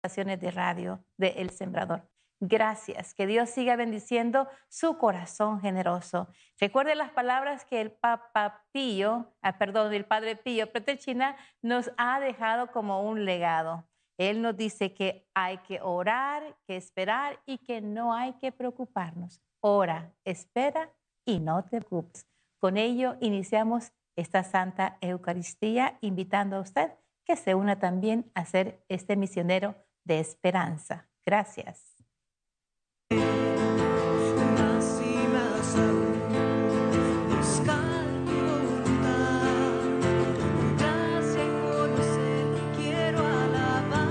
estaciones de radio de El Sembrador. Gracias. Que Dios siga bendiciendo su corazón generoso. Recuerde las palabras que el el Padre Pío Pietrelcina nos ha dejado como un legado. Él nos dice que hay que orar, que esperar y que no hay que preocuparnos. Ora, espera y no te preocupes. Con ello iniciamos esta Santa Eucaristía, invitando a usted que se una también a ser este misionero de esperanza. Gracias. Más y más aún, buscar tu voluntad, tu gracia y conocer, quiero alabarte.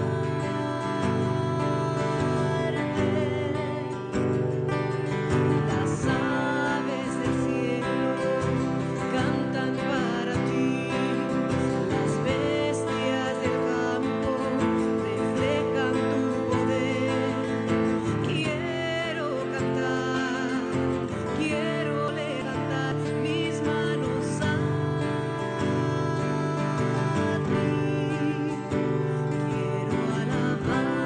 Las aves del cielo cantan para ti, las bestias del campo reflejan tu poder. Quiero cantar, quiero levantar mis manos a ti, quiero alabarte.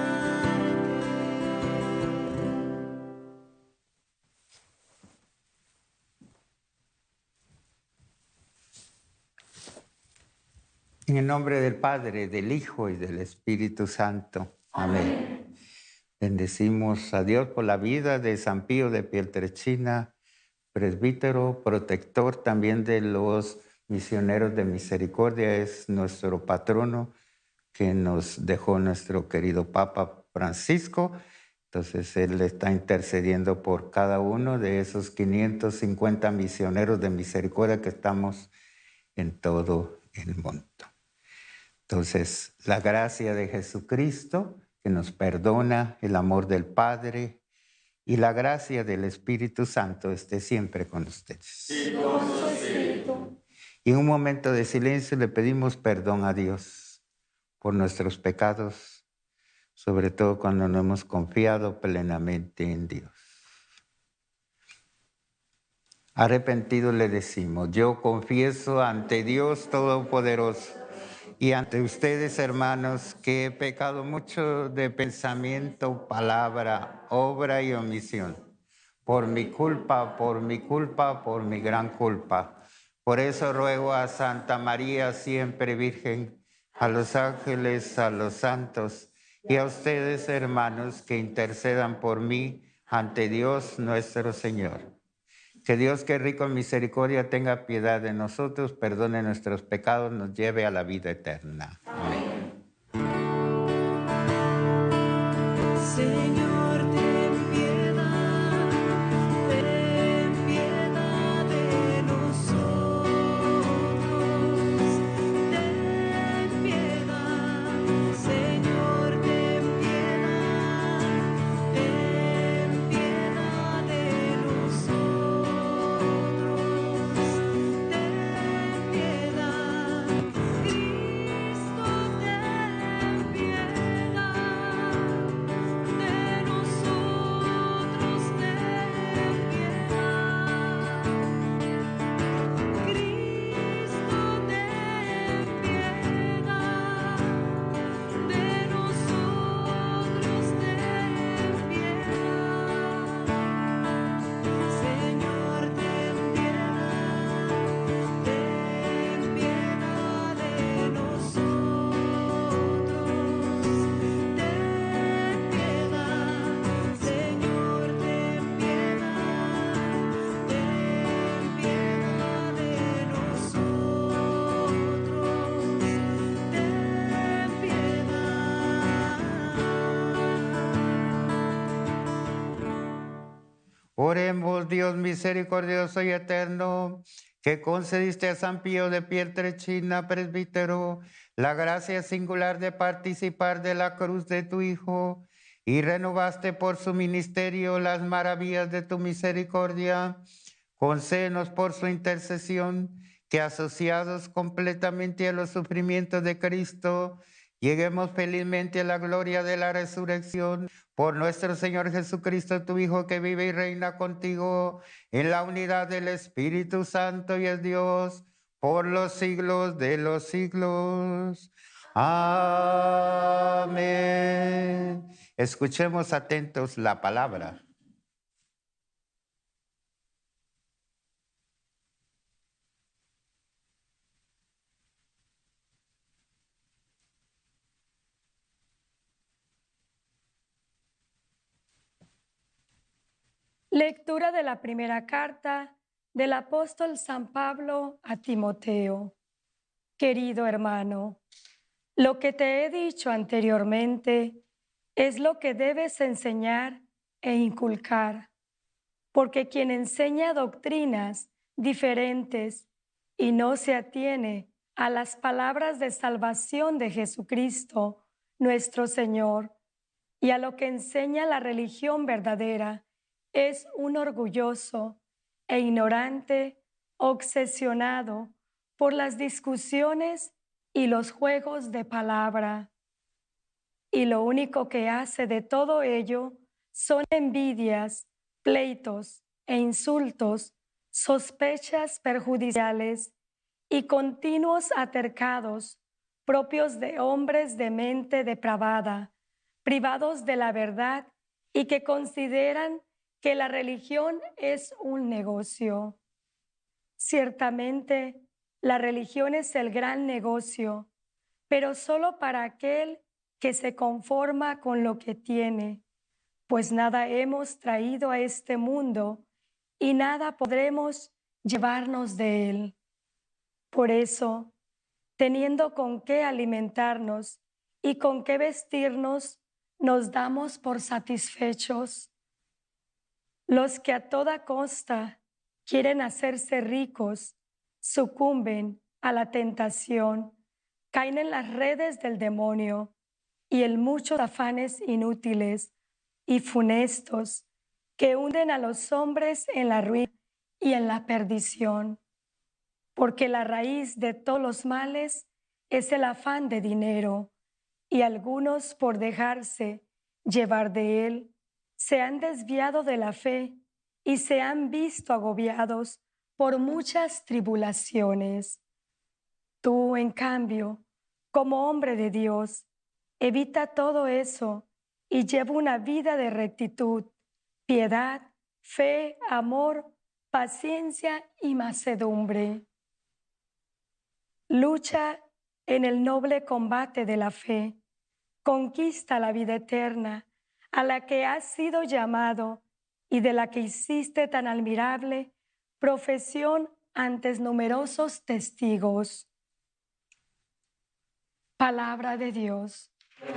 En el nombre del Padre, del Hijo y del Espíritu Santo. Amén. Bendecimos a Dios por la vida de San Pío de Pietrelcina, presbítero, protector también de los misioneros de misericordia. Es nuestro patrono que nos dejó nuestro querido Papa Francisco. Entonces él está intercediendo por cada uno de esos 550 misioneros de misericordia que estamos en todo el mundo. Entonces, la gracia de Jesucristo, que nos perdona, el amor del Padre y la gracia del Espíritu Santo esté siempre con ustedes. Y con su espíritu. Y en un momento de silencio le pedimos perdón a Dios por nuestros pecados, sobre todo cuando no hemos confiado plenamente en Dios. Arrepentidos le decimos, yo confieso ante Dios Todopoderoso y ante ustedes, hermanos, que he pecado mucho de pensamiento, palabra, obra y omisión. Por mi culpa, por mi gran culpa. Por eso ruego a Santa María, siempre Virgen, a los ángeles, a los santos y a ustedes, hermanos, que intercedan por mí ante Dios nuestro Señor. Que Dios, que es rico en misericordia, tenga piedad de nosotros, perdone nuestros pecados, nos lleve a la vida eterna. Amén. Señor, ten piedad de nosotros. Ten piedad, Señor, ten piedad de nosotros. Ten piedad, Cristo, ten piedad. De nosotros ten piedad, Cristo ten piedad, de nosotros ten piedad, Señor ten piedad de nosotros, ten piedad, Señor, ten piedad de nosotros, ten piedad. Oremos, Dios misericordioso y eterno, que concediste a San Pío de Pietrelcina, presbítero, la gracia singular de participar de la cruz de tu Hijo, y renovaste por su ministerio las maravillas de tu misericordia. Concédenos por su intercesión que, asociados completamente a los sufrimientos de Cristo, lleguemos felizmente a la gloria de la resurrección por nuestro Señor Jesucristo, tu Hijo, que vive y reina contigo en la unidad del Espíritu Santo y es Dios por los siglos de los siglos. Amén. Escuchemos atentos la palabra. Lectura de la primera carta del apóstol San Pablo a Timoteo. Querido hermano, lo que te he dicho anteriormente es lo que debes enseñar e inculcar, porque quien enseña doctrinas diferentes y no se atiene a las palabras de salvación de Jesucristo, nuestro Señor, y a lo que enseña la religión verdadera, es un orgulloso e ignorante, obsesionado por las discusiones y los juegos de palabra. Y lo único que hace de todo ello son envidias, pleitos e insultos, sospechas perjudiciales y continuos altercados propios de hombres de mente depravada, privados de la verdad y que consideran que la religión es un negocio. Ciertamente, la religión es el gran negocio, pero solo para aquel que se conforma con lo que tiene, pues nada hemos traído a este mundo y nada podremos llevarnos de él. Por eso, teniendo con qué alimentarnos y con qué vestirnos, nos damos por satisfechos. Los que a toda costa quieren hacerse ricos sucumben a la tentación, caen en las redes del demonio y en muchos afanes inútiles y funestos que hunden a los hombres en la ruina y en la perdición. Porque la raíz de todos los males es el afán de dinero, y algunos, por dejarse llevar de él, se han desviado de la fe y se han visto agobiados por muchas tribulaciones. Tú, en cambio, como hombre de Dios, evita todo eso y lleva una vida de rectitud, piedad, fe, amor, paciencia y mansedumbre. Lucha en el noble combate de la fe, conquista la vida eterna, a la que has sido llamado y de la que hiciste tan admirable profesión ante numerosos testigos. Palabra de Dios.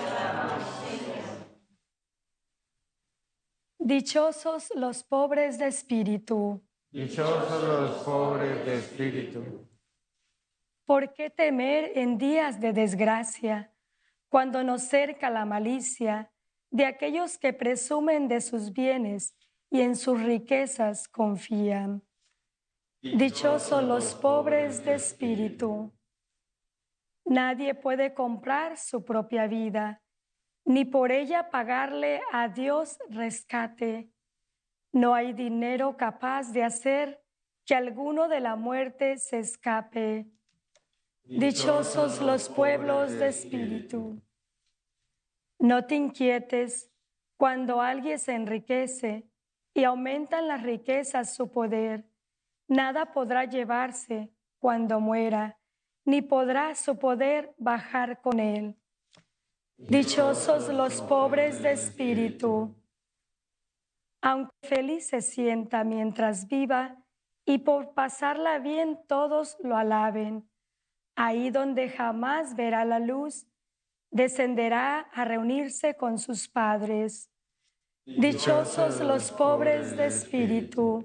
Dichosos los pobres de espíritu. Dichosos los pobres de espíritu. ¿Por qué temer en días de desgracia, cuando nos cerca la malicia de aquellos que presumen de sus bienes y en sus riquezas confían? Dichosos los pobres de espíritu. Nadie puede comprar su propia vida, ni por ella pagarle a Dios rescate. No hay dinero capaz de hacer que alguno de la muerte se escape. Dichosos los pueblos de espíritu. No te inquietes cuando alguien se enriquece y aumentan las riquezas su poder. Nada podrá llevarse cuando muera, ni podrá su poder bajar con él. Dichosos los pobres de espíritu. Aunque feliz se sienta mientras viva y por pasarla bien todos lo alaben, ahí donde jamás verá la luz, descenderá a reunirse con sus padres. Dichosos los pobres de espíritu.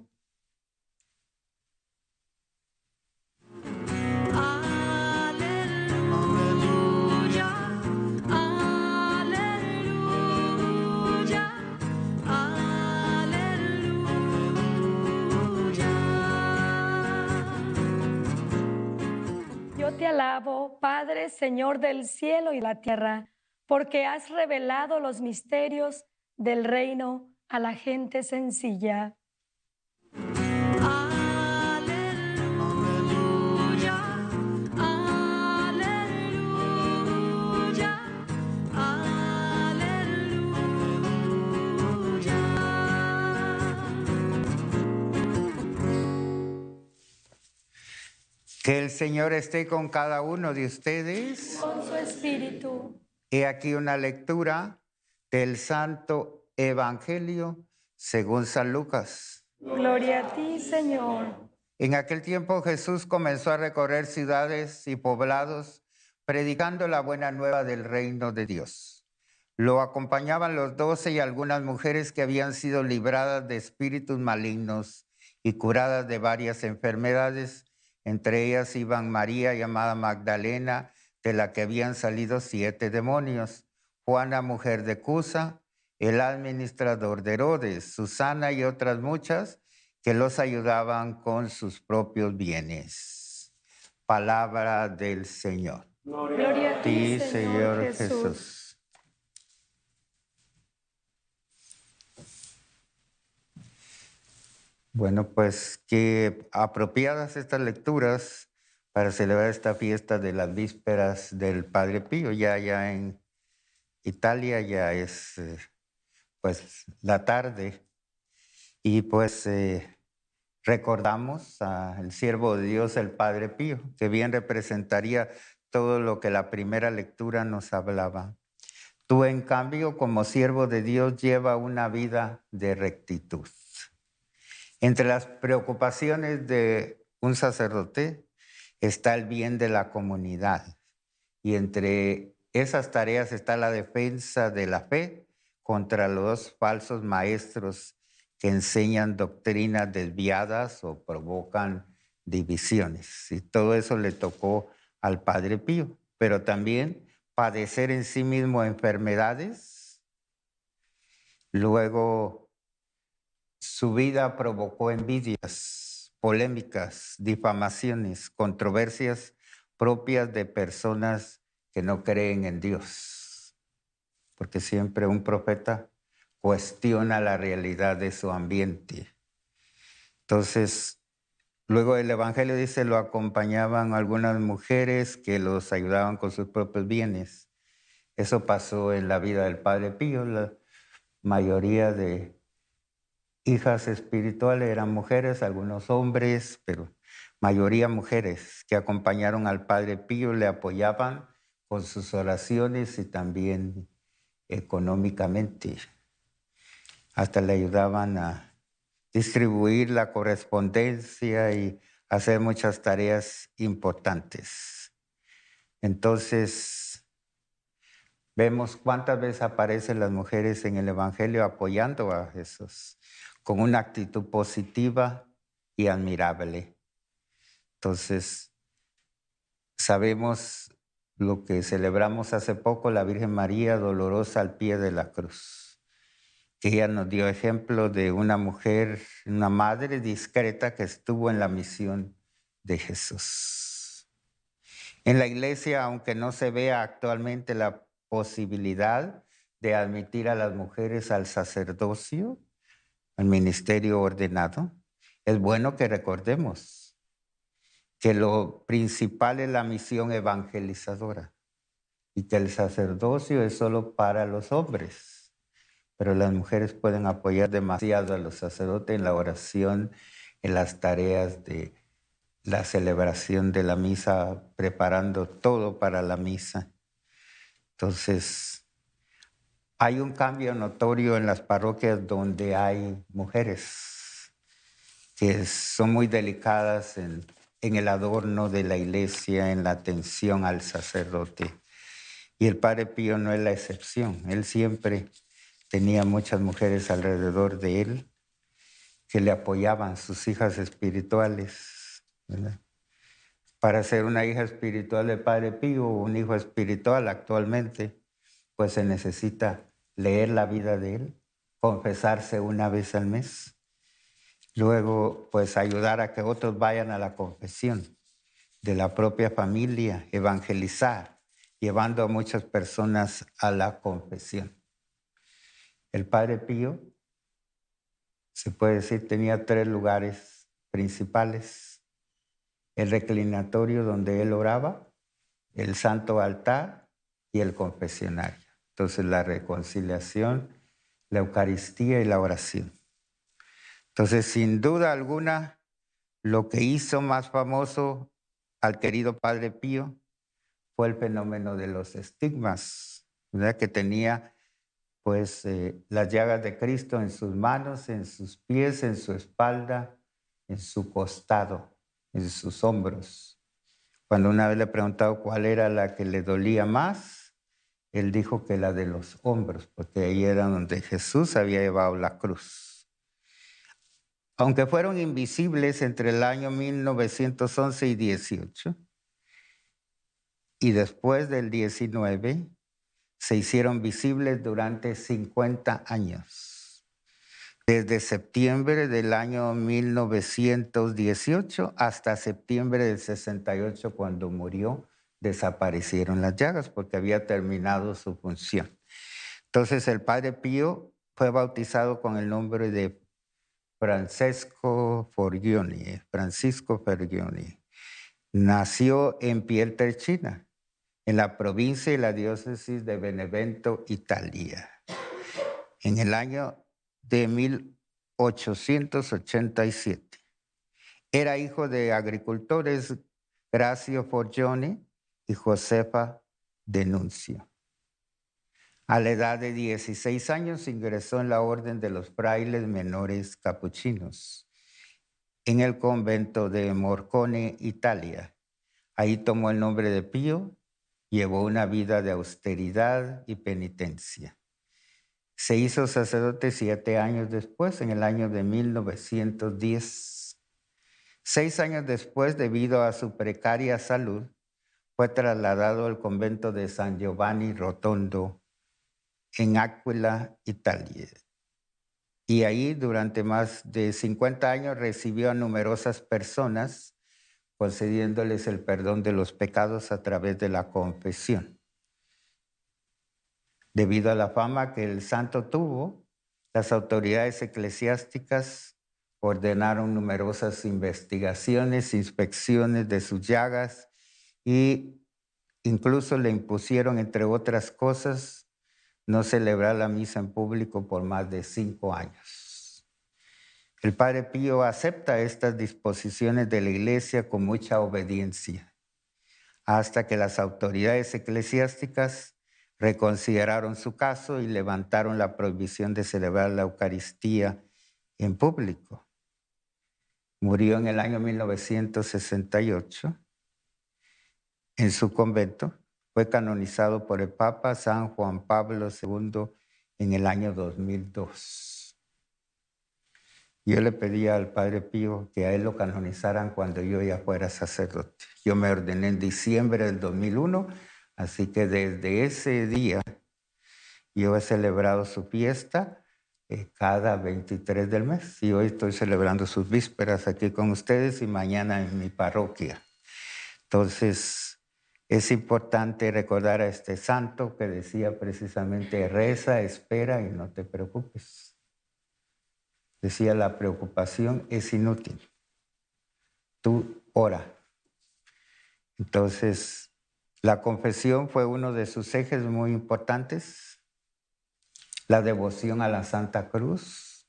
Aleluya, aleluya, aleluya. Yo te alabo, Padre, Señor del cielo y la tierra, porque has revelado los misterios del reino a la gente sencilla. Aleluya, aleluya, Que el Señor esté con cada uno de ustedes. Con su espíritu. He aquí una lectura del Santo Evangelio según San Lucas. Gloria a ti, Señor. En aquel tiempo Jesús comenzó a recorrer ciudades y poblados, predicando la buena nueva del reino de Dios. Lo acompañaban los 12 y algunas mujeres que habían sido libradas de espíritus malignos y curadas de varias enfermedades. Entre ellas iban María, llamada Magdalena, de la que habían salido 7 demonios, Juana, mujer de Cusa, el administrador de Herodes, Susana y otras muchas que los ayudaban con sus propios bienes. Palabra del Señor. Gloria a ti, Señor Jesús. Bueno, pues qué apropiadas estas lecturas para celebrar esta fiesta de las vísperas del Padre Pío. Ya en Italia ya es pues la tarde y pues recordamos al siervo de Dios, el Padre Pío, que bien representaría todo lo que la primera lectura nos hablaba. Tú, en cambio, como siervo de Dios, lleva una vida de rectitud. Entre las preocupaciones de un sacerdote está el bien de la comunidad y entre esas tareas está la defensa de la fe contra los falsos maestros que enseñan doctrinas desviadas o provocan divisiones. Y todo eso le tocó al Padre Pío, pero también padecer en sí mismo enfermedades. Luego su vida provocó envidias, polémicas, difamaciones, controversias propias de personas que no creen en Dios, porque siempre un profeta cuestiona la realidad de su ambiente. Entonces, luego el Evangelio dice, lo acompañaban algunas mujeres que los ayudaban con sus propios bienes. Eso pasó en la vida del Padre Pío. La mayoría de hijas espirituales eran mujeres, algunos hombres, pero mayoría mujeres que acompañaron al Padre Pío, le apoyaban con sus oraciones y también económicamente. Hasta le ayudaban a distribuir la correspondencia y hacer muchas tareas importantes. Entonces, vemos cuántas veces aparecen las mujeres en el Evangelio apoyando a Jesús con una actitud positiva y admirable. Entonces, sabemos lo que celebramos hace poco, la Virgen María dolorosa al pie de la cruz, que ella nos dio ejemplo de una mujer, una madre discreta que estuvo en la misión de Jesús. En la iglesia, aunque no se vea actualmente la posibilidad de admitir a las mujeres al sacerdocio, al ministerio ordenado, es bueno que recordemos que lo principal es la misión evangelizadora y que el sacerdocio es solo para los hombres, pero las mujeres pueden apoyar demasiado a los sacerdotes en la oración, en las tareas de la celebración de la misa, preparando todo para la misa. Entonces, hay un cambio notorio en las parroquias donde hay mujeres que son muy delicadas en el adorno de la iglesia, en la atención al sacerdote. Y el Padre Pío no es la excepción. Él siempre tenía muchas mujeres alrededor de él que le apoyaban, sus hijas espirituales, ¿verdad? Para ser una hija espiritual del Padre Pío, un hijo espiritual actualmente, pues se necesita leer la vida de él, confesarse una vez al mes, luego pues ayudar a que otros vayan a la confesión de la propia familia, evangelizar, llevando a muchas personas a la confesión. El Padre Pío, se puede decir, tenía 3 lugares principales: el reclinatorio donde él oraba, el santo altar y el confesionario. Entonces la reconciliación, la Eucaristía y la oración. Entonces, sin duda alguna, lo que hizo más famoso al querido Padre Pío fue el fenómeno de los estigmas, ¿verdad? Que tenía pues las llagas de Cristo en sus manos, en sus pies, en su espalda, en su costado, en sus hombros. Cuando una vez le preguntado cuál era la que le dolía más, él dijo que la de los hombros, porque ahí era donde Jesús había llevado la cruz. Aunque fueron invisibles entre el año 1911 y 18, y después del 19, se hicieron visibles durante 50 años. Desde septiembre del año 1918 hasta septiembre del 68, cuando murió, desaparecieron las llagas porque había terminado su función. Entonces el Padre Pío fue bautizado con el nombre de Francisco Forgione. Nació en Pietrelcina, en la provincia y la diócesis de Benevento, Italia, en el año de 1887. Era hijo de agricultores Gracio Forgione y Josefa Denuncio. A la edad de 16 años ingresó en la orden de los frailes menores capuchinos en el convento de Morcone, Italia. Ahí tomó el nombre de Pío, llevó una vida de austeridad y penitencia. Se hizo sacerdote 7 años después, en el año de 1910. 6 años después, debido a su precaria salud, fue trasladado al convento de San Giovanni Rotondo, en Áquila, Italia. Y ahí durante más de 50 años recibió a numerosas personas, concediéndoles el perdón de los pecados a través de la confesión. Debido a la fama que el santo tuvo, las autoridades eclesiásticas ordenaron numerosas investigaciones, inspecciones de sus llagas y incluso le impusieron, entre otras cosas, no celebrar la misa en público por más de 5 años. El Padre Pío acepta estas disposiciones de la Iglesia con mucha obediencia, hasta que las autoridades eclesiásticas reconsideraron su caso y levantaron la prohibición de celebrar la Eucaristía en público. Murió en el año 1968 en su convento. Fue canonizado por el Papa San Juan Pablo II en el año 2002. Yo le pedí al Padre Pío que a él lo canonizaran cuando yo ya fuera sacerdote. Yo me ordené en diciembre del 2001, así que desde ese día yo he celebrado su fiesta cada 23 del mes. Y hoy estoy celebrando sus vísperas aquí con ustedes y mañana en mi parroquia. Entonces, es importante recordar a este santo que decía precisamente: reza, espera y no te preocupes. Decía, la preocupación es inútil. Tú ora. Entonces, la confesión fue uno de sus ejes muy importantes. La devoción a la Santa Cruz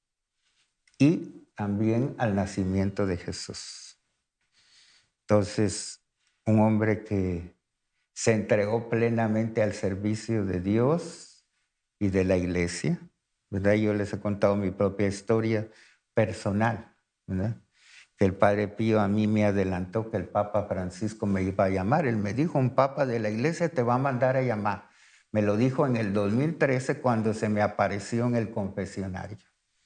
y también al nacimiento de Jesús. Entonces, un hombre que se entregó plenamente al servicio de Dios y de la Iglesia, ¿verdad? Yo les he contado mi propia historia personal, ¿verdad? Que el Padre Pío a mí me adelantó que el Papa Francisco me iba a llamar. Él me dijo: un Papa de la Iglesia te va a mandar a llamar. Me lo dijo en el 2013 cuando se me apareció en el confesionario.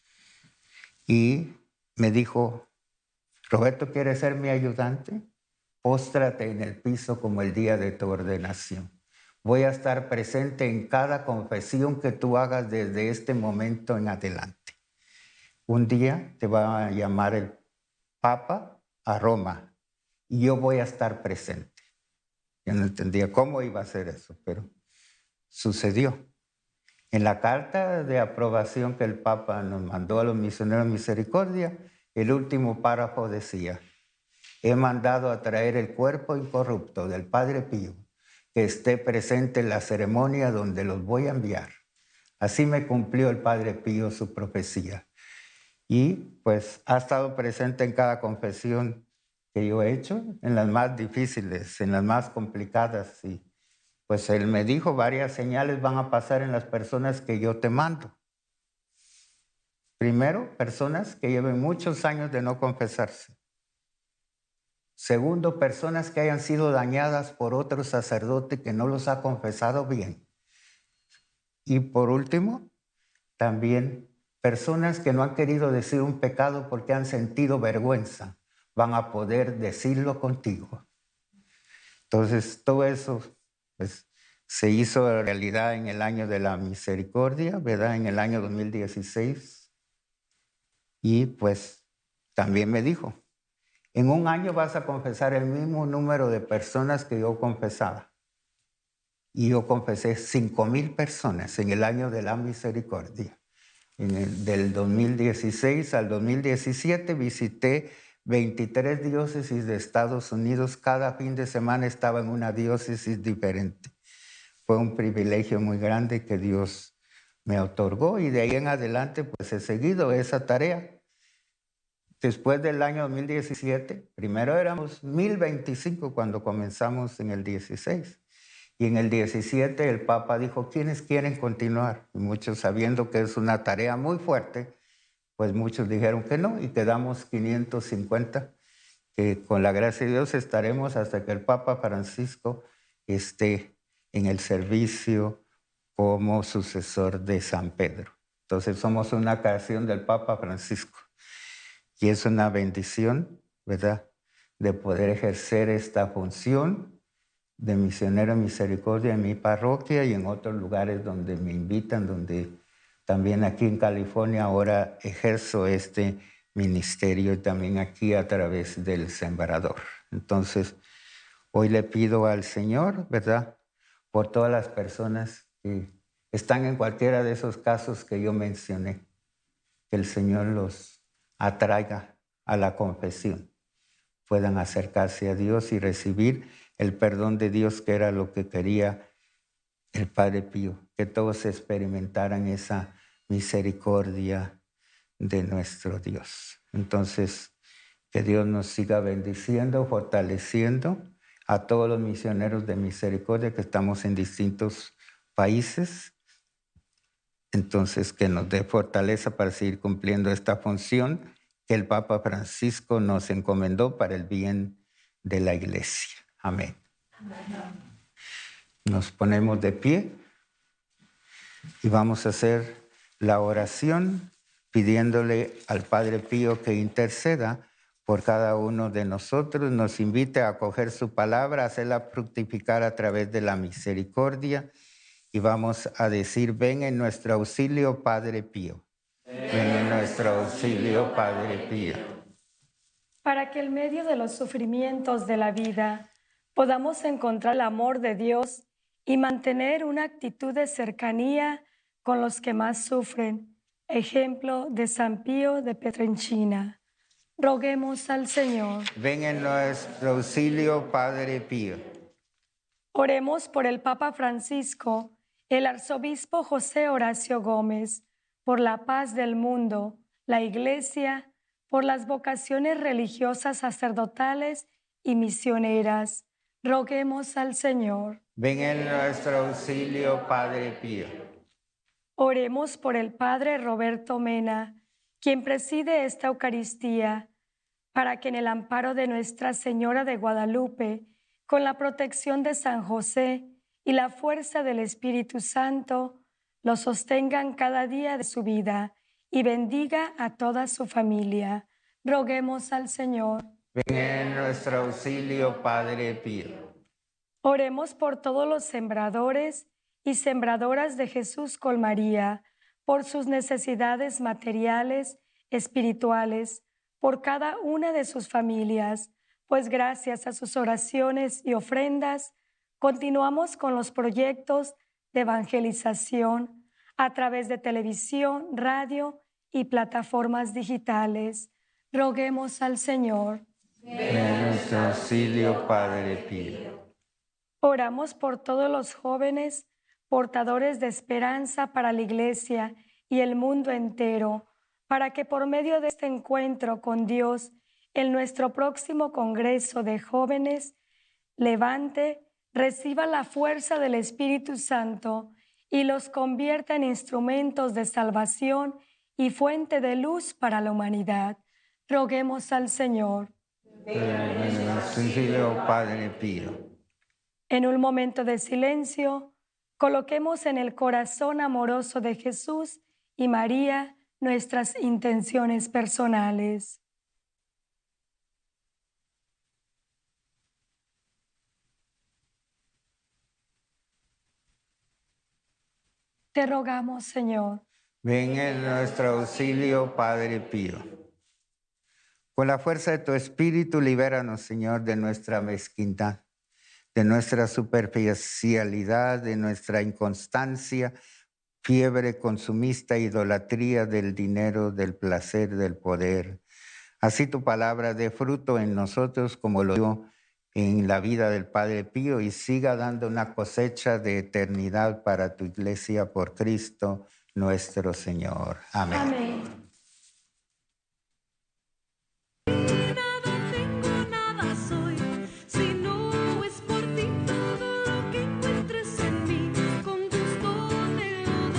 Y me dijo: Roberto, ¿quieres ser mi ayudante? Póstrate en el piso como el día de tu ordenación. Voy a estar presente en cada confesión que tú hagas desde este momento en adelante. Un día te va a llamar el Papa a Roma y yo voy a estar presente. Yo no entendía cómo iba a ser eso, pero sucedió. En la carta de aprobación que el Papa nos mandó a los misioneros de misericordia, el último párrafo decía: he mandado a traer el cuerpo incorrupto del Padre Pío, que esté presente en la ceremonia donde los voy a enviar. Así me cumplió el Padre Pío su profecía. Y pues ha estado presente en cada confesión que yo he hecho, en las más difíciles, en las más complicadas. Y pues Él me dijo, varias señales van a pasar en las personas que yo te mando. Primero, personas que lleven muchos años de no confesarse. Segundo, personas que hayan sido dañadas por otro sacerdote que no los ha confesado bien. Y por último, también personas que no han querido decir un pecado porque han sentido vergüenza, van a poder decirlo contigo. Entonces, todo eso pues, se hizo realidad en el año de la misericordia, ¿verdad? En el año 2016. Y pues también me dijo, en un año vas a confesar el mismo número de personas que yo confesaba. Y yo confesé 5,000 personas en el año de la misericordia. Del 2016 al 2017 visité 23 diócesis de Estados Unidos. Cada fin de semana estaba en una diócesis diferente. Fue un privilegio muy grande que Dios me otorgó y de ahí en adelante pues he seguido esa tarea. Después del año 2017, primero éramos 1,025 cuando comenzamos en el 16. Y en el 17 el Papa dijo, ¿quiénes quieren continuar? Y muchos, sabiendo que es una tarea muy fuerte, pues muchos dijeron que no y quedamos 550, que con la gracia de Dios estaremos hasta que el Papa Francisco esté en el servicio como sucesor de San Pedro. Entonces somos una creación del Papa Francisco. Y es una bendición, ¿verdad?, de poder ejercer esta función de misionero en misericordia en mi parroquia y en otros lugares donde me invitan, donde también aquí en California ahora ejerzo este ministerio y también aquí a través del Sembrador. Entonces, hoy le pido al Señor, ¿verdad?, por todas las personas que están en cualquiera de esos casos que yo mencioné, que el Señor los atraiga a la confesión, puedan acercarse a Dios y recibir el perdón de Dios, que era lo que quería el Padre Pío, que todos experimentaran esa misericordia de nuestro Dios. Entonces, que Dios nos siga bendiciendo, fortaleciendo a todos los misioneros de misericordia que estamos en distintos países. Entonces, que nos dé fortaleza para seguir cumpliendo esta función que el Papa Francisco nos encomendó para el bien de la Iglesia. Amén. Nos ponemos de pie y vamos a hacer la oración pidiéndole al Padre Pío que interceda por cada uno de nosotros, nos invite a acoger su palabra, a hacerla fructificar a través de la misericordia. Y vamos a decir, ven en nuestro auxilio, Padre Pío. Ven en nuestro auxilio, Padre Pío. Para que en medio de los sufrimientos de la vida podamos encontrar el amor de Dios y mantener una actitud de cercanía con los que más sufren. Ejemplo de San Pío de Pietrelcina. Roguemos al Señor. Ven en nuestro auxilio, Padre Pío. Oremos por el Papa Francisco, el arzobispo José Horacio Gómez, por la paz del mundo, la Iglesia, por las vocaciones religiosas, sacerdotales y misioneras. Roguemos al Señor. Ven en nuestro auxilio, Padre Pío. Oremos por el Padre Roberto Mena, quien preside esta Eucaristía, para que en el amparo de Nuestra Señora de Guadalupe, con la protección de San José y la fuerza del Espíritu Santo, lo sostengan cada día de su vida y bendiga a toda su familia. Roguemos al Señor. Ven en nuestro auxilio, Padre Pío. Oremos por todos los sembradores y sembradoras de Jesús con María, por sus necesidades materiales, espirituales, por cada una de sus familias, pues gracias a sus oraciones y ofrendas, continuamos con los proyectos de evangelización a través de televisión, radio y plataformas digitales. Roguemos al Señor. Ven en nuestro auxilio, Padre Pío. Oramos por todos los jóvenes portadores de esperanza para la Iglesia y el mundo entero, para que por medio de este encuentro con Dios en nuestro próximo Congreso de Jóvenes, levante, reciba la fuerza del Espíritu Santo y los convierta en instrumentos de salvación y fuente de luz para la humanidad. Roguemos al Señor. En auxilio, Padre Pío. En un momento de silencio, coloquemos en el corazón amoroso de Jesús y María nuestras intenciones personales. Te rogamos, Señor. Ven en nuestro auxilio, Padre Pío. Con la fuerza de tu Espíritu, libéranos, Señor, de nuestra mezquindad, de nuestra superficialidad, de nuestra inconstancia, fiebre consumista, idolatría del dinero, del placer, del poder. Así tu palabra dé fruto en nosotros como lo dio en la vida del Padre Pío y siga dando una cosecha de eternidad para tu iglesia por Cristo nuestro Señor. Amén. Amén. Nada tengo, nada soy, si no es por ti. Todo lo que encuentres en mí, con gusto te lo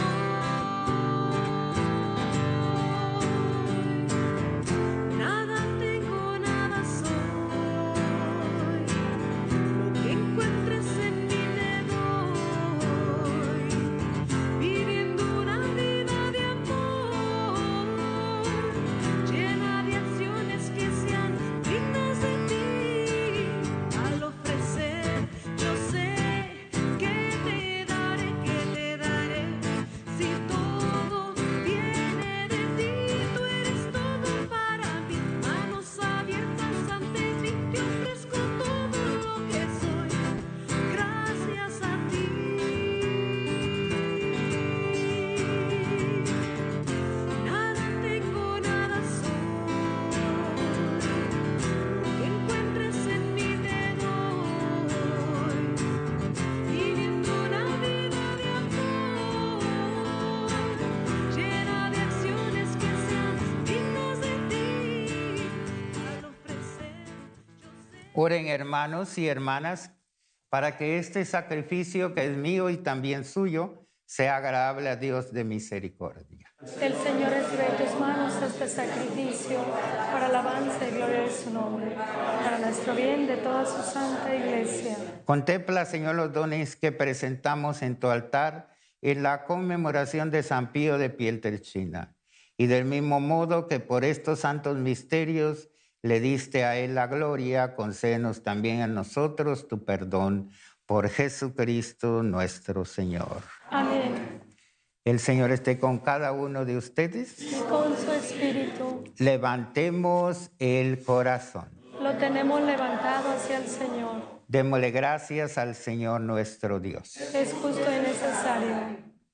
doy. Nada tengo, nada soy, lo que encuentres en mí te doy. Viviendo una vida de amor, llena de acciones que sean dignas de ti. Al ofrecer, yo sé que te daré, si todo viene de ti. Tú eres todo para mí, manos abiertas ante ti, te ofrezco todo lo que soy, gracias a ti. Nada tengo, nada soy, lo que encuentres en mí te doy. Viviendo una vida de amor, llena de acciones que sean dignas de ti. Al ofrecer, yo sé. Oren, hermanos y hermanas, para que este sacrificio que es mío y también suyo sea agradable a Dios de misericordia. El Señor recibe de tus manos este sacrificio para alabanza y gloria de su nombre, para nuestro bien de toda su santa iglesia. Contempla, Señor, los dones que presentamos en tu altar en la conmemoración de San Pío de Pietrelcina. Y del mismo modo que por estos santos misterios le diste a él la gloria, concédenos también a nosotros tu perdón por Jesucristo nuestro Señor. Amén. El Señor esté con cada uno de ustedes. Y con su espíritu Levantemos el corazón. lo tenemos levantado hacia el Señor. Démosle gracias al Señor nuestro Dios. Es justo y necesario.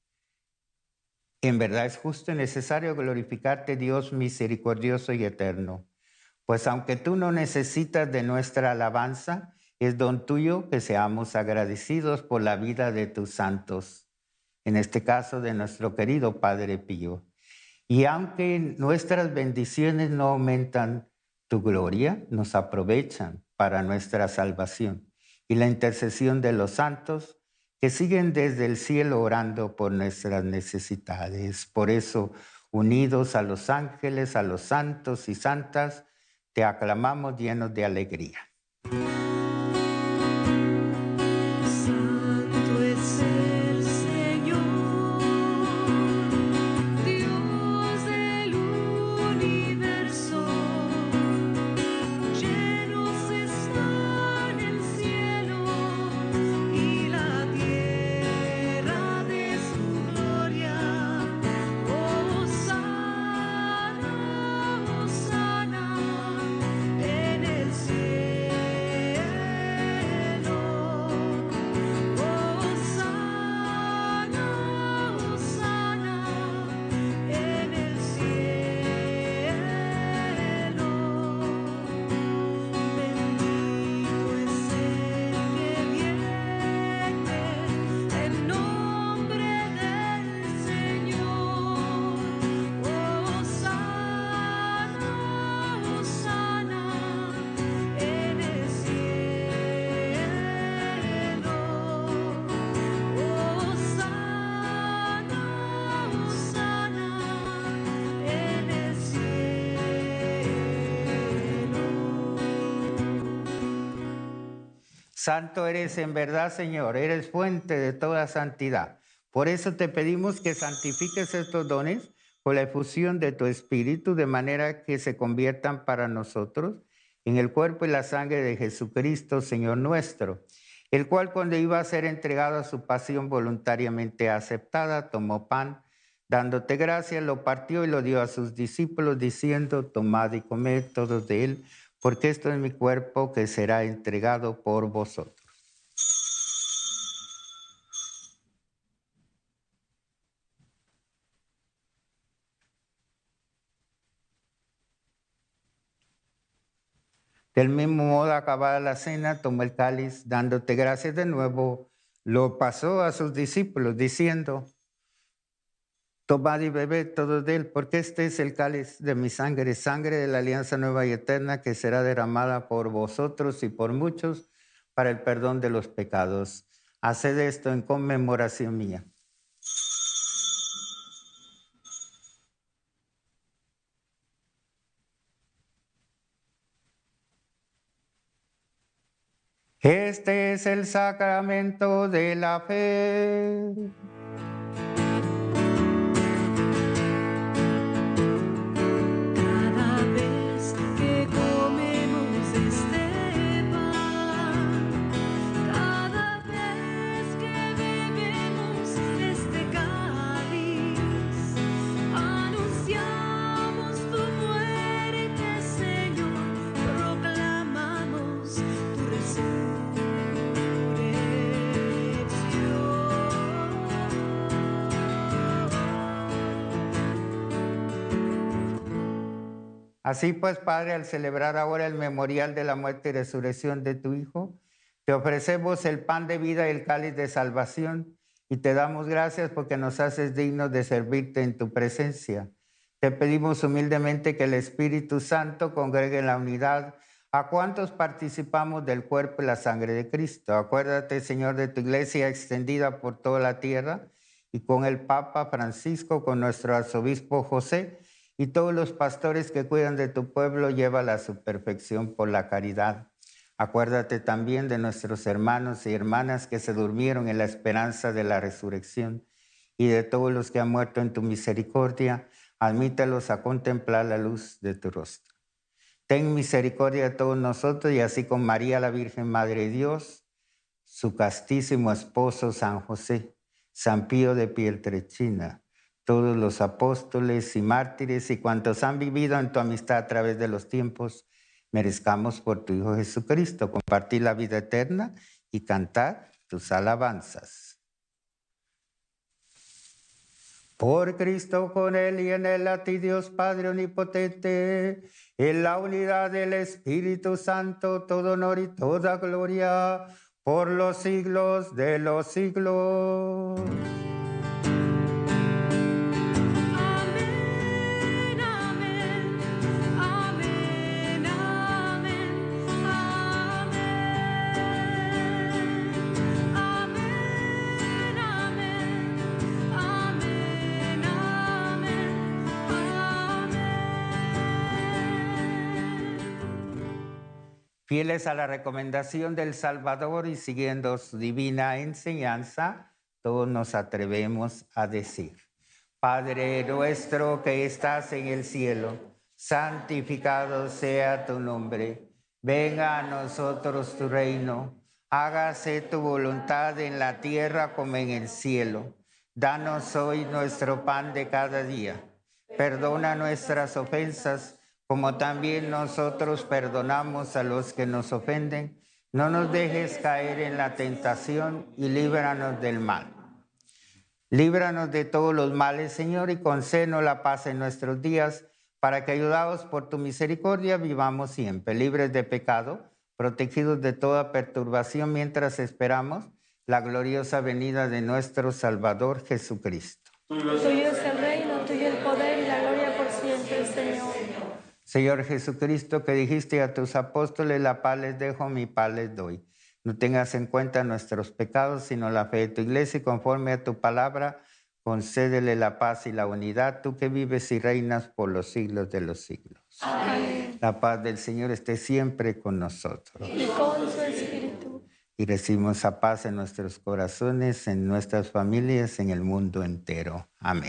En verdad es justo y necesario glorificarte, Dios misericordioso y eterno. Pues aunque tú no necesitas de nuestra alabanza, es don tuyo que seamos agradecidos por la vida de tus santos. En este caso de nuestro querido Padre Pío. Y aunque nuestras bendiciones no aumentan, tu gloria nos aprovechan para nuestra salvación y la intercesión de los santos que siguen desde el cielo orando por nuestras necesidades. Por eso, unidos a los ángeles, a los santos y santas, te aclamamos llenos de alegría. Santo es el Señor, Dios del universo. Llenos están el cielo y la tierra de su gloria. Hosana, Hosana en el cielo. Santo eres en verdad, Señor, eres fuente de toda santidad. Por eso te pedimos que santifiques estos dones con la efusión de tu Espíritu, de manera que se conviertan para nosotros en el cuerpo y la sangre de Jesucristo, Señor nuestro, el cual cuando iba a ser entregado a su pasión voluntariamente aceptada, tomó pan, dándote gracias, lo partió y lo dio a sus discípulos, diciendo, tomad y comed todos de él, porque esto es mi cuerpo que será entregado por vosotros. Del mismo modo, acabada la cena, tomó el cáliz, dándote gracias de nuevo, lo pasó a sus discípulos, diciendo, tomad y bebed todos de él, porque este es el cáliz de mi sangre, sangre de la alianza nueva y eterna, que será derramada por vosotros y por muchos para el perdón de los pecados. Haced esto en conmemoración mía. Este es el sacramento de la fe. Cada vez que comemos este pan, cada vez que bebemos este cáliz, anunciamos tu muerte, Señor, proclamamos tu resurrección. Así pues, Padre, al celebrar ahora el memorial de la muerte y resurrección de tu Hijo, te ofrecemos el pan de vida y el cáliz de salvación y te damos gracias porque nos haces dignos de servirte en tu presencia. Te pedimos humildemente que el Espíritu Santo congregue en la unidad a cuantos participamos del cuerpo y la sangre de Cristo. Acuérdate, Señor, de tu iglesia extendida por toda la tierra y con el Papa Francisco, con nuestro arzobispo José, y todos los pastores que cuidan de tu pueblo, llévala a su perfección por la caridad. Acuérdate también de nuestros hermanos y hermanas que se durmieron en la esperanza de la resurrección y de todos los que han muerto en tu misericordia, admítelos a contemplar la luz de tu rostro. Ten misericordia de todos nosotros y así con María la Virgen Madre de Dios, su castísimo esposo San José, San Pío de Pietrelcina, todos los apóstoles y mártires y cuantos han vivido en tu amistad a través de los tiempos, merezcamos por tu Hijo Jesucristo compartir la vida eterna y cantar tus alabanzas. Por Cristo, con Él y en Él, a ti Dios Padre Omnipotente, en la unidad del Espíritu Santo, todo honor y toda gloria, por los siglos de los siglos. Amén, amén, amén, amén, amén, amén, amén, amén. Fieles a la recomendación del Salvador y siguiendo su divina enseñanza, todos nos atrevemos a decir: Padre nuestro que estás en el cielo, santificado sea tu nombre. Venga a nosotros tu reino. Hágase tu voluntad en la tierra como en el cielo. Danos hoy nuestro pan de cada día. Perdona nuestras ofensas, como también nosotros perdonamos a los que nos ofenden. No nos dejes caer en la tentación y líbranos del mal. Líbranos de todos los males, Señor, y concédenos la paz en nuestros días, para que, ayudados por tu misericordia, vivamos siempre libres de pecado, protegidos de toda perturbación, mientras esperamos la gloriosa venida de nuestro Salvador Jesucristo. Tuyo es el reino, tuyo el poder y la gloria por siempre, Señor. Señor Jesucristo, que dijiste a tus apóstoles, la paz les dejo, mi paz les doy. No tengas en cuenta nuestros pecados, sino la fe de tu iglesia, y conforme a tu palabra, concédele la paz y la unidad, tú que vives y reinas por los siglos de los siglos. Amén. La paz del Señor esté siempre con nosotros. Y con su espíritu. y recibimos esa paz en nuestros corazones, en nuestras familias, en el mundo entero. Amén.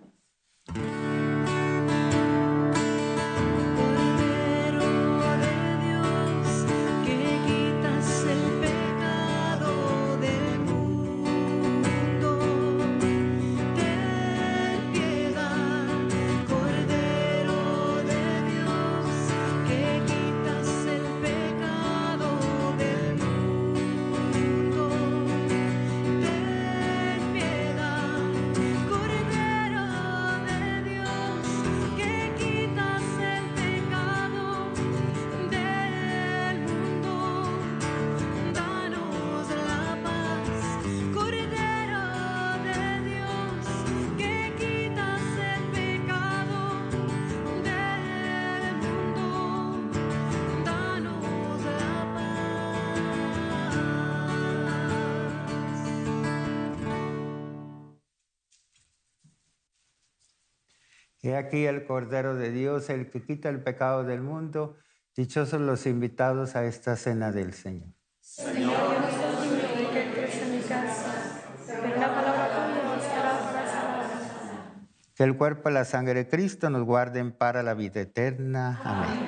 He aquí el Cordero de Dios, el que quita el pecado del mundo. Dichosos los invitados a esta cena del Señor. Señor, yo no soy digno de que entres en mi casa, pero una palabra tuya bastará para salvarme. Que el cuerpo y la sangre de Cristo nos guarden para la vida eterna. Amén.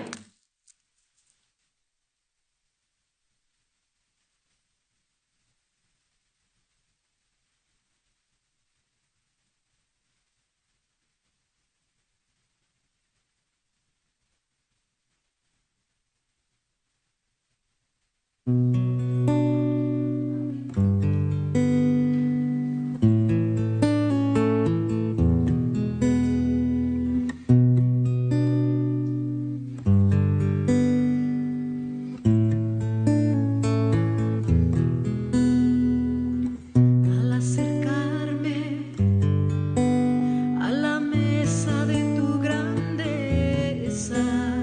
Al acercarme a la mesa de tu grandeza,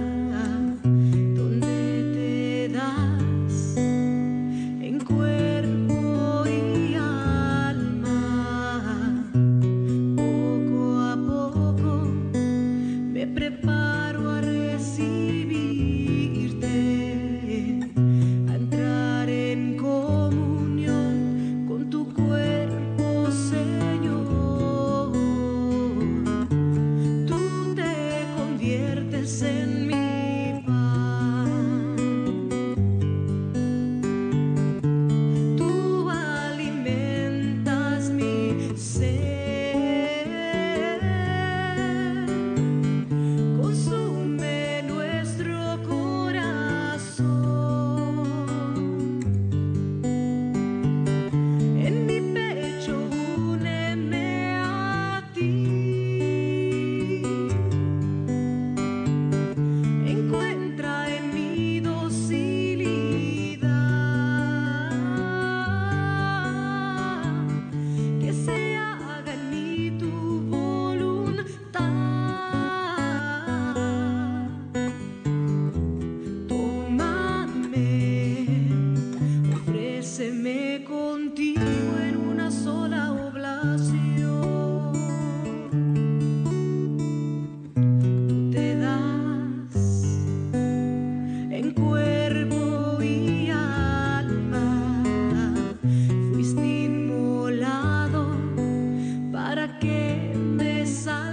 donde te das en cuerpo y alma, poco a poco me preparo a recibirte, a entrar en comunión con tu cuerpo, Señor. Tú te conviertes en mi pan, tú alimentas mi ser, consume nuestro corazón. En mi pecho úneme a ti, encuentra en mi docilidad, que se haga en mí tu voluntad. Tómame, ofréceme contigo en una sola oblación. Tú te das en cuerpo y alma, fuiste inmolado para que me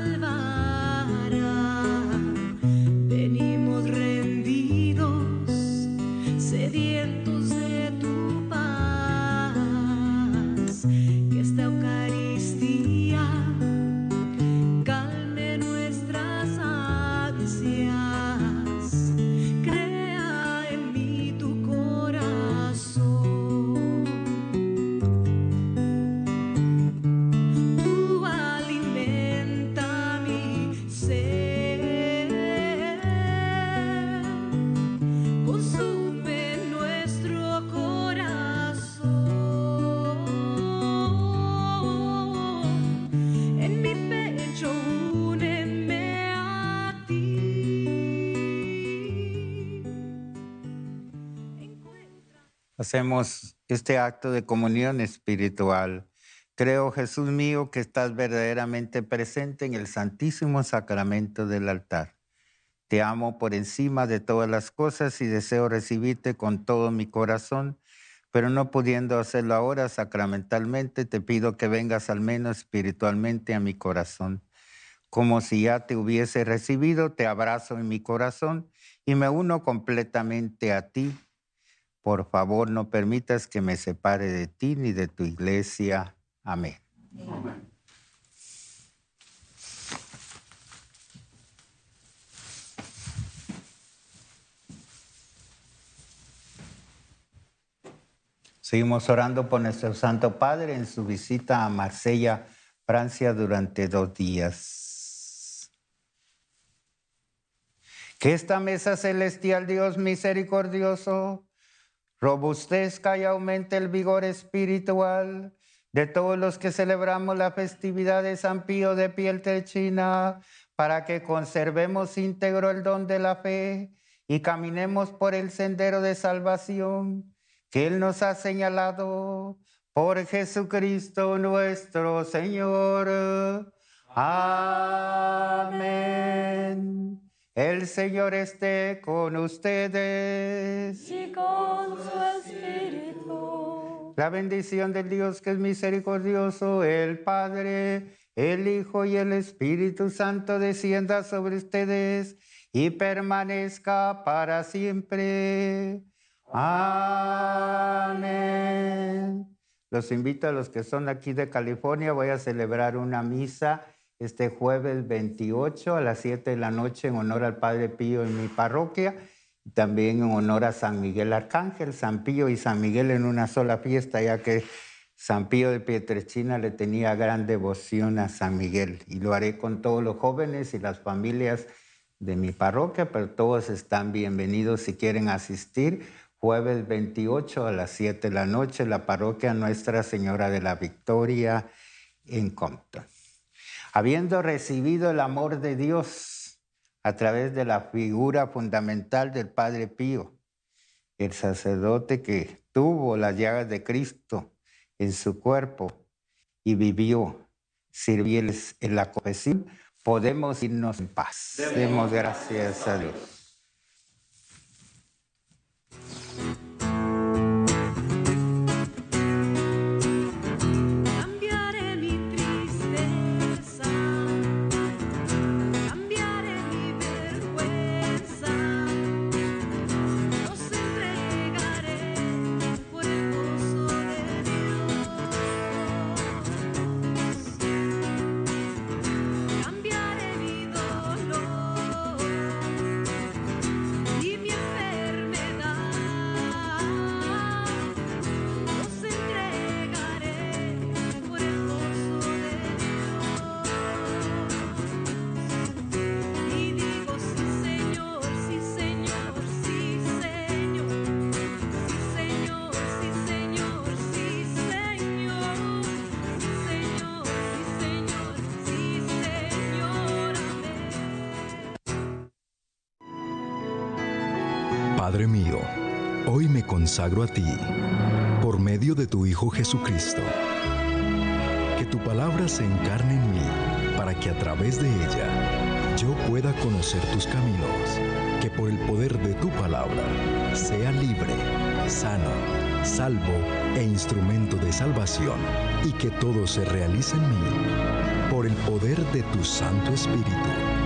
salvara. Venimos rendidos, sedientos de tu paz, que esta Eucaristía calme nuestras ansias, crea en mí tu corazón. Tú alimenta mi ser, consume nuestro corazón. En mi pecho úneme a ti. Hacemos este acto de comunión espiritual. Creo, Jesús mío, que estás verdaderamente presente en el Santísimo Sacramento del altar. Te amo por encima de todas las cosas y deseo recibirte con todo mi corazón pero no pudiendo hacerlo ahora sacramentalmente, te pido que vengas al menos espiritualmente a mi corazón. Como si ya te hubiese recibido, te abrazo en mi corazón y me uno completamente a ti. Por favor, no permitas que me separe de ti ni de tu iglesia. Amén. Amén. Seguimos orando por nuestro Santo Padre en su visita a Marsella, Francia, durante 2 días. Que esta mesa celestial, Dios misericordioso, robustezca y aumente el vigor espiritual de todos los que celebramos la festividad de San Pío de Pietrelcina, para que conservemos íntegro el don de la fe y caminemos por el sendero de salvación que Él nos ha señalado, por Jesucristo nuestro Señor. Amén. El Señor esté con ustedes. Y con su espíritu. La bendición del Dios que es misericordioso, el Padre, el Hijo y el Espíritu Santo descienda sobre ustedes y permanezca para siempre. Amén. Los invito a los que son aquí de California. Voy a celebrar una misa este jueves 28 a las 7 de la noche en honor al Padre Pío en mi parroquia. Y también en honor a San Miguel Arcángel, San Pío y San Miguel en una sola fiesta, ya que San Pío de Pietrelcina le tenía gran devoción a San Miguel. Y lo haré con todos los jóvenes y las familias de mi parroquia, pero todos están bienvenidos si quieren asistir. Jueves 28 a las 7 de la noche, la parroquia Nuestra Señora de la Victoria en Compton. Habiendo recibido el amor de Dios a través de la figura fundamental del Padre Pío, el sacerdote que tuvo las llagas de Cristo en su cuerpo y vivió, sirviéndoles en la confesión, podemos irnos en paz. Demos gracias a Dios. Cambiaré mi tristeza, cambiaré mi vergüenza, los entregaré por el gozo de Dios. Cambiaré mi dolor y mi enfermedad, los entregaré por el gozo de Dios. Y digo sí Señor, sí Señor, sí Señor, sí Señor, sí Señor, sí Señor, sí Señor, sí Señor, sí Señor, amén. Padre mío, hoy me consagro a ti, por medio de tu Hijo Jesucristo. Que tu palabra se encarne en mí, para que a través de ella yo pueda conocer tus caminos. Que por el poder de tu palabra sea libre, sano, salvo e instrumento de salvación, y que todo se realice en mí, por el poder de tu Santo Espíritu.